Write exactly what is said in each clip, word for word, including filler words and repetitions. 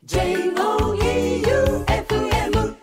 ジェイオーイーユーエフエム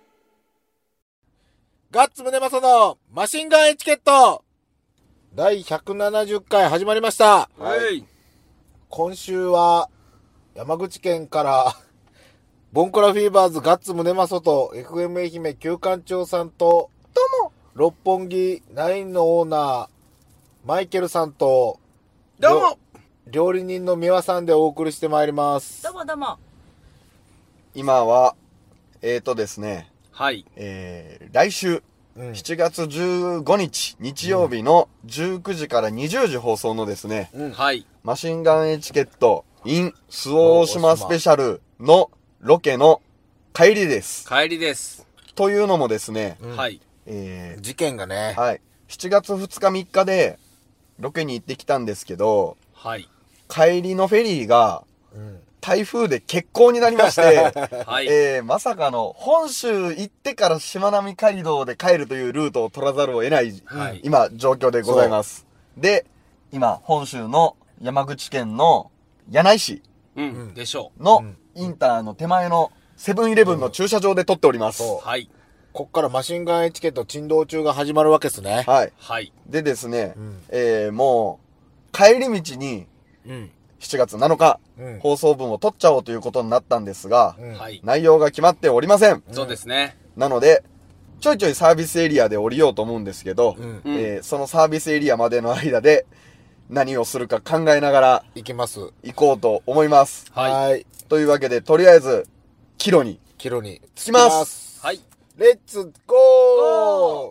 ガッツムネマソのマシンガンエチケットだいひゃくななじゅっかい始まりました。 はい。 今週は山口県からボンクラフィーバーズガッツムネマソと エフエム 愛媛旧館長さんと、どうも六本木ナインのオーナーマイケルさんと、 どうも料理人の三輪さんでお送りしてまいります。 どうもどうも。 今は、えーとですね、 はい。 えー、来週、 うん、 しちがつじゅうごにち、日曜日のじゅうくじからにじゅうじ放送のですね、 うん、 はい。 マシンガンエチケット in 周防大島スペシャルのロケの帰りです。 帰りです。 というのもですね、 うん、 はい。 えー、事件がね、 はい。しちがつふつかみっかでロケに行ってきたんですけど、 はい。 帰りのフェリーが、 うん台風で欠航になりまして、 はい。 えー、まさかの本州行ってからしまなみ海道で帰るというルートを取らざるを得ない、 はい、 今状況でございます。で、今本州の山口県の柳井市うん、でしょう。 のインターの手前のセブンイレブンの駐車場で撮っております。 そうはい。 こっからマシンガンエチケット珍道中が始まるわけですね。 はい。 はい。 でですね、 うん、 えー、もう帰り道に、 うんしちがつなのか、 うん、 放送分を撮っちゃおうということになったんですが、 うん、 はい。 内容が決まっておりません。 そうですね。 なので、ちょいちょいサービスエリアで降りようと思うんですけど、 うんえー、そのサービスエリアまでの間で何をするか考えながら行きます。 行こうと思います。 はい。 はい。 というわけで、とりあえず、キロにキロに着きます。 はい。 レッツゴー。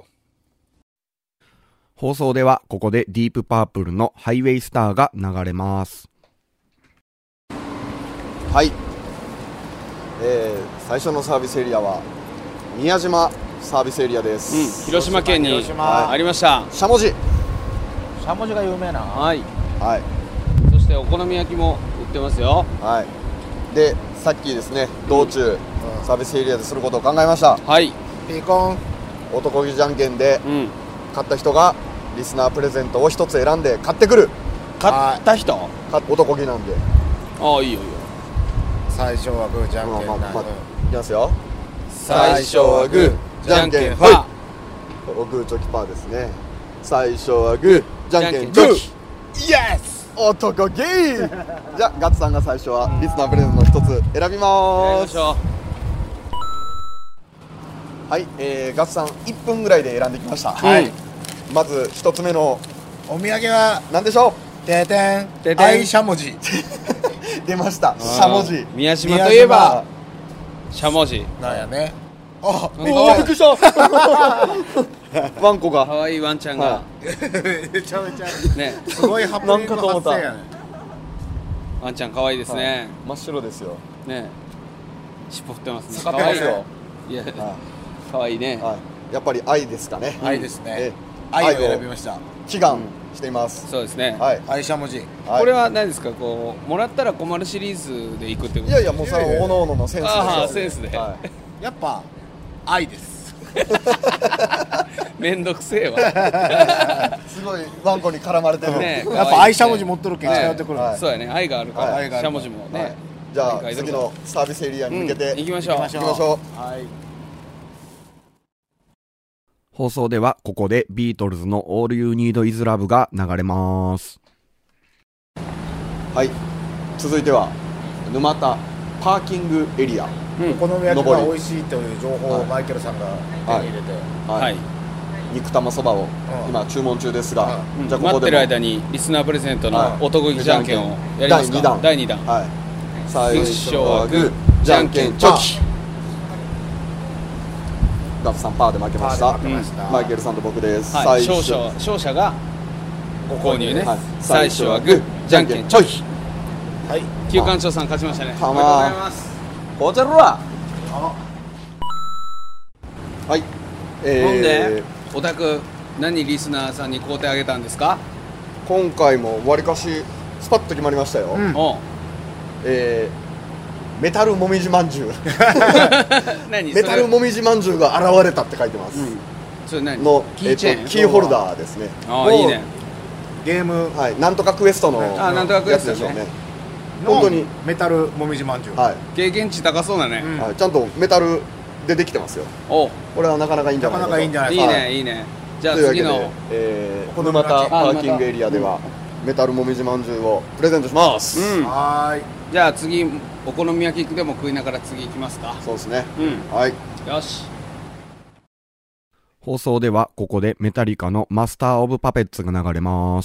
放送ではここでディープパープルのハイウェイスターが流れます。 はい、えー、最初のサービスエリアは宮島サービスエリアです。 うん、広島県に広島ありました。 しゃもじ。 しゃもじが有名な。 はい。 はい。 そしてお好み焼きも売ってますよ。 はい。で、さっきですね、道中、うん、サービスエリアですることを考えました。 はい。 ピーコン。 男気じゃんけんで、 うん、 買った人がリスナープレゼントを一つ選んで買ってくる。 買った人？ か男気なんで。 ああ、いいよいいよ。 最初はグーじゃんけん、 まあまあまあ、いきますよ。 最初はグーじゃんけんパー。グーチョキパーですね。最初はグーじゃんけんチョキ。イエス男気じゃあガッツさんが最初はリスナープレゼントの一つ選びまーす。はい、えー、ガッツさんいっぷんぐらいで選んできました。 はい。 まず一つ目のお土産は何でしょう。ててんててん愛しゃもじ出ました。しゃもじ。 宮島といえばしゃもじなんやね。あ、 びっくりしたワンコがかわいいワンちゃんがめちゃめちゃね、 すごいハプニング発生やね。 ワンちゃんかわいいですね。 真っ白ですよ。 ね、尻尾振ってますね。 使ってますよ。 いや、かわいいね。 はい、やっぱり愛ですかね。 愛ですね。 え愛を選びました。 祈願しています。 そうですね。 はい。 愛しゃもじ。 これは何ですか、こうもらったら困るシリーズでいくってこと？ いやいや、もうそのおのおののセンスですよ。 ああ、センスで。 やっぱ愛です。 めんどくせえわ。 すごいワンコに絡まれてるね。 やっぱ愛しゃもじ持っとるけん近寄ってくる。 そうやね、愛があるからしゃもじもね。 じゃあ次のサービスエリアに向けて行きましょう。 行きましょう。 はい。 放送ではここでビートルズの All You Need Is Love が流れます。 はい、続いては沼田パーキングエリア。 お好み焼きが美味しいという情報をマイケルさんが手に入れて、 はい、肉玉そばを今注文中ですが、 じゃあここで待ってる間にリスナープレゼントの男気じゃんけんをやりますか。だいにだん。はい。 最初はグーじゃんけんチョキ。ガッツさんパーで負けました。マイケルさんと僕です。 はい。勝者勝者がご購入ね。最初はグーじゃんけんチョキ。はい。旧館長さん勝ちましたね。 ありがとうございます。こちらははい、 えー、ほんでお宅何リスナーさんに買うてあげたんですか？ 今回もわりかしスパッと決まりましたよ。うん、えー、メタルもみじまんじゅう何メタルもみじまんじゅうが現れたって書いてます、うん、 それ何のキーチェーン、 えー、キーホルダーですね。 ああいいね。 ゲーム、 はい、なんとかクエストのあなんとかクエストでしょうね。 本当にメタルもみじまんじゅう。 はい、 経験値高そうだね、 うんはい、ちゃんとメタルでできてますよ。 おこれはなかなかいいんじゃないかと。 なかなかいいんじゃないいですか。 いねいいね。じゃあというわけで次の、 えー、沼田パーキングエリアではメタルもみじまんじゅうをプレゼントします。 うん、 はーい。 じゃあ次お好み焼きでも食いながら次行きますか。 そうですね。 うん、 はい。 よし。 放送ではここでメタリカのマスターオブパペッツが流れます。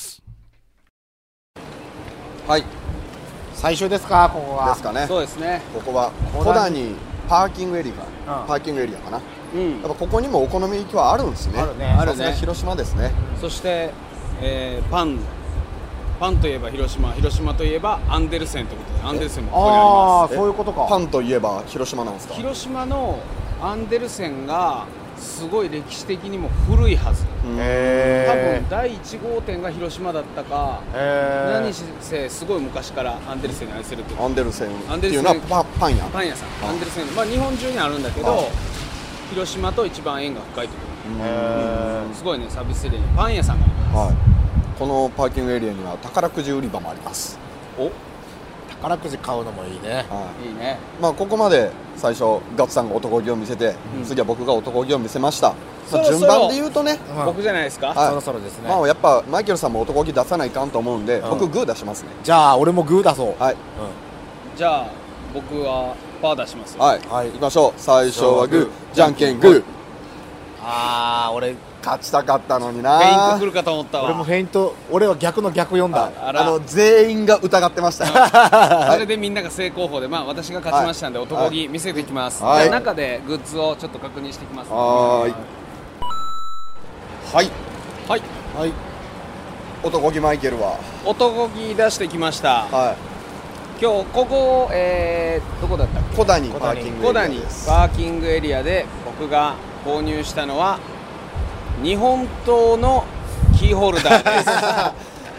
はい。 最初ですか、ここは。 ですかね。 そうですね。 ここは小小谷谷パーキングエリア、 うんパーキングエリアかな。やうんっ。ぱここにもお好み焼きはあるんですね。 あるねあるねさすが広島ですね。 そして、えーパンパンといえば広島、広島といえばアンデルセンということでアンデルセンもここにありああ、 ます。 えそういうことか。 パンといえば広島なんですか。 広島のアンデルセンがすごい歴史的にも古いはず。 うん多へ分第いち号店が広島だったか、 え。へ何せすごい昔からアンデルセンに愛せるっていうアンデルセンってアンデルセンいうのはパパン屋。 パン屋さん、 あアンデルセン、まあ日本中にあるんだけあど、広島と一番縁が深いとこへろ。すごいね、サービスエリアにパン屋さんがあります。 はい。このパーキングエリアには宝くじ売り場もあります。 お、 宝くじ買うのもいいね。 はい。 いいね。 まあここまで最初ガッツさんが男気を見せて、 うん次は僕が男気を見せました。まあ、 そろそろ順番で言うとね、 うん僕じゃないですか。 はいそろそろですね。 まあやっぱマイケルさんも男気出さないかんと思うんで、 うん僕グー出しますね。 じゃあ、俺もグー出そう。 はい。 じゃあ僕はパー出しますよ。 はい。 はい行きましょう。最初はグー、じゃんけんグー。 ああ、俺、 勝ちたかったのにフェインなト来るかと思ったわ。 俺もフェイント、俺は逆の逆読んだ。 あらあの全員が疑ってましたよ。 それでみんなが正攻法で、まあ私が勝ちましたんで、 はい男気見せていきます。 はいじゃあ中でグッズをちょっと確認していきます、ね。 はーい。はい。 はい。 はい。 男気マイケルは。 男気出してきました。 は今日ここ、えー、どこだったっい。小谷パーキングエリアけ？小谷です。 パーキングエリアで僕が購入したのは日本刀のキーホルダーです。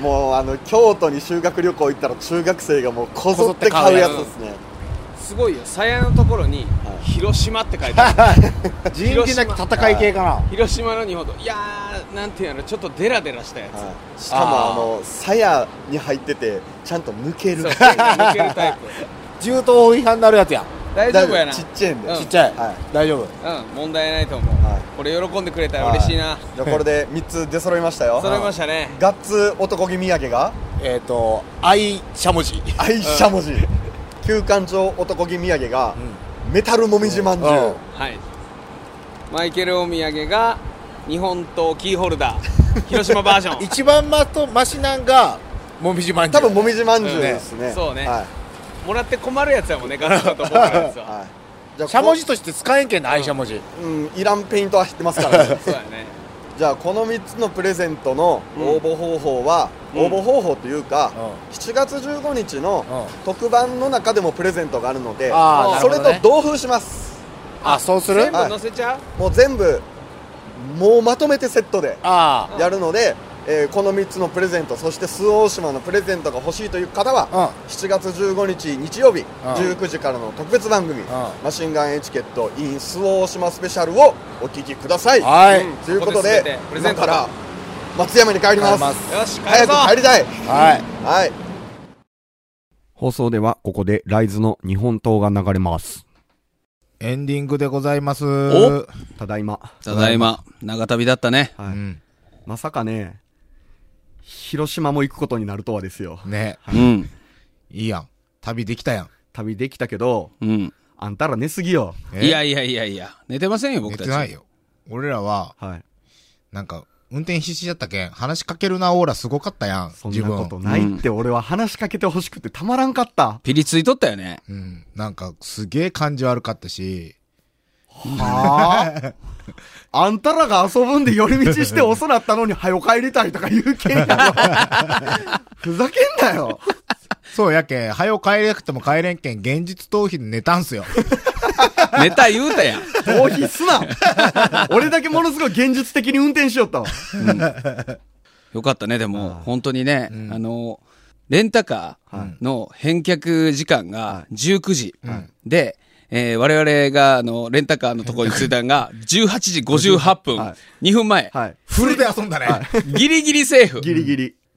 もうあの京都に修学旅行行ったら中学生がもうこぞって買うやつですね。 すごいよ。鞘のところにはい広島って書いてある。 人気なき戦い系かな。 広島の日本刀。いやー、なんていうの、ちょっとデラデラしたやつ。 はい、しかもあの鞘に入っててちゃんと抜けるそう、剣が抜けるタイプ。 銃刀違反になるやつやん。 大丈夫やな。 ちっちゃいんで、 うんちっちゃい。 はい大丈夫。 うん、問題ないと思う。 はいこれ喜んでくれたら嬉しいな。 じゃあこれでみっつ出揃いましたよ。 揃いましたね。 ガッツ男気土産がえっと、愛しゃもじ。 愛しゃもじ、旧館長男気土産が、メタルもみじまんじゅう、 うんはい。マイケルお土産が日本刀キーホルダー広島バージョン。 一番まとマシなんがもみじまんじゅう。 多分もみじまんじゅうですね、 そうねはいもらって困るやつやもんね、ガツンと僕らのやつは。 はい、じゃあしゃもじとして使えんけんな、愛しゃもじ。 うんいらんペイントは入ってますからねそうやね。 じゃあこのみっつのプレゼントの応募方法は、 うん応募方法というか、 うしちがつじゅうごにちのうん特番の中でもプレゼントがあるので、 あーそれなるほどねと同封します。 あ、そうする全部載せちゃう？ もう全部もうまとめてセットであやるので、えーこのみっつのプレゼント、そして周防大島のプレゼントが欲しいという方は、 あ。 しちがつじゅうごにち日曜日うんじゅうくじからの特別番組ん 「マシンガンエチケット in 周防大島スペシャル」をお聞きください。 はい。 うんということここで全てでプレゼント今から松山に帰ります。 帰りますよし、帰早るぞ。 く帰りたい。 はい。 はい。 放送ではここでライズの日本刀が流れます。 エンディングでございます。 おただいま。 ただいま、長旅だったね。 はい。 うん。 まさかね、広島も行くことになるとはですよ。 ね。 うん。 いいやん。旅できたやん。 旅できたけど、 うん。 あんたら寝すぎよ。 えいやいやいやいや、寝てませんよ、僕寝たち。 てないよ。俺らは、 はい。 なんか、運転必死だったけん、話しかけるなオーラすごかったやん。 そん自分。 なことないって俺は話しかけてほしくてたまらんかった。 ピリついとったよね。 うん。なんか、すげえ感じ悪かったし、 はああんたらが遊ぶんで寄り道して遅なったのに早帰りたいとか言うけんやろ。ふざけんなよ。 そうやけん、早く帰れなくても帰れんけん、現実逃避で寝たんすよ。 寝た言うたやん。 逃避すな。俺だけものすごい現実的に運転しよったわ。 よかったね、でも、本当にね、 うんあの、レンタカーの返却時間がじゅうくじで、えー我々が、あの、レンタカーのところに着いたのが、じゅうはちじごじゅうはっぷん、 はにふんまえ、 はい。 フルで遊んだね。 ギリギリセーフ。 ギリギリ。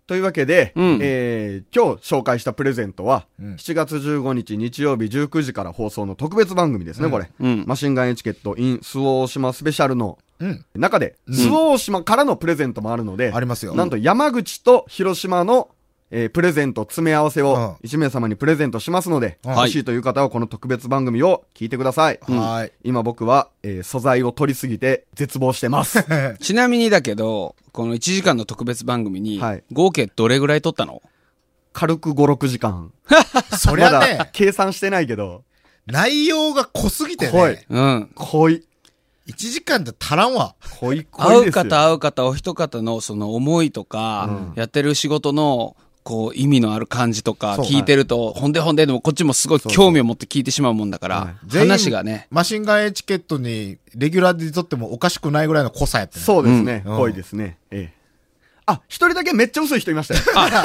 というわけで、 うんえー、今日紹介したプレゼントは、 うんしちがつじゅうごにち日曜日じゅうくじから放送の特別番組ですね、これ。 うんマシンガンエチケット in 周防大島スペシャルのうん。 中で、周防大島からのプレゼントもあるので、 ありますよ。 なんと山口と広島の、えープレゼント詰め合わせをいち名様にプレゼントしますので、 うん欲しいという方はこの特別番組を聞いてください。 はーい。 今僕は、えー素材を取りすぎて絶望してます。 ちなみにだけど、このいちじかんの特別番組にはい、 合計どれぐらい撮ったの？ 軽くご、ろくじかん。 そりゃまだね、 計算してないけど、 内容が濃すぎて濃いね、 うん。 濃い。 いちじかんで足らんわ。 濃い濃会いうですよ。 方会う方お一方のその思いとか、やってる仕事の、こう、意味のある感じとかそう聞いてると、ほんでほんででもこっちもすごい興味を持って聞いてしまうもんだから、 全員話がね。 マシンガンエチケットに、レギュラーで撮ってもおかしくないぐらいの濃さやってね。 そうですね。 うん濃いですね。ええ。あ、一人だけめっちゃ薄い人いましたよ。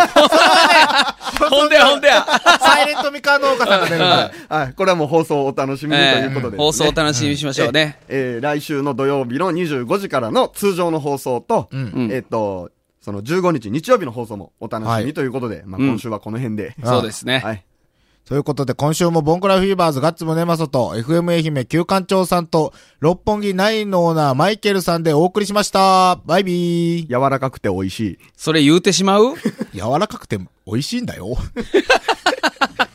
ほんでほんでや。 サイレントミカ農家さんが出るから。 はい。これはもう放送をお楽しみにということでですね、 放送をお楽しみにしましょうね。 えー来週の土曜日のにじゅうごじからの通常の放送と、 んえっ、と、そのじゅうごにち日曜日の放送もお楽しみにということで、まあうん今週はこの辺で。 そうですね。 はい。 ということで、今週もボンクラフィーバーズガッツムネマソと エフエム 愛媛旧館長さんと六本木ナインのオーナーマイケルさんでお送りしました。バイビー。 柔らかくて美味しい。 それ言うてしまう？ 柔らかくて美味しいんだよ。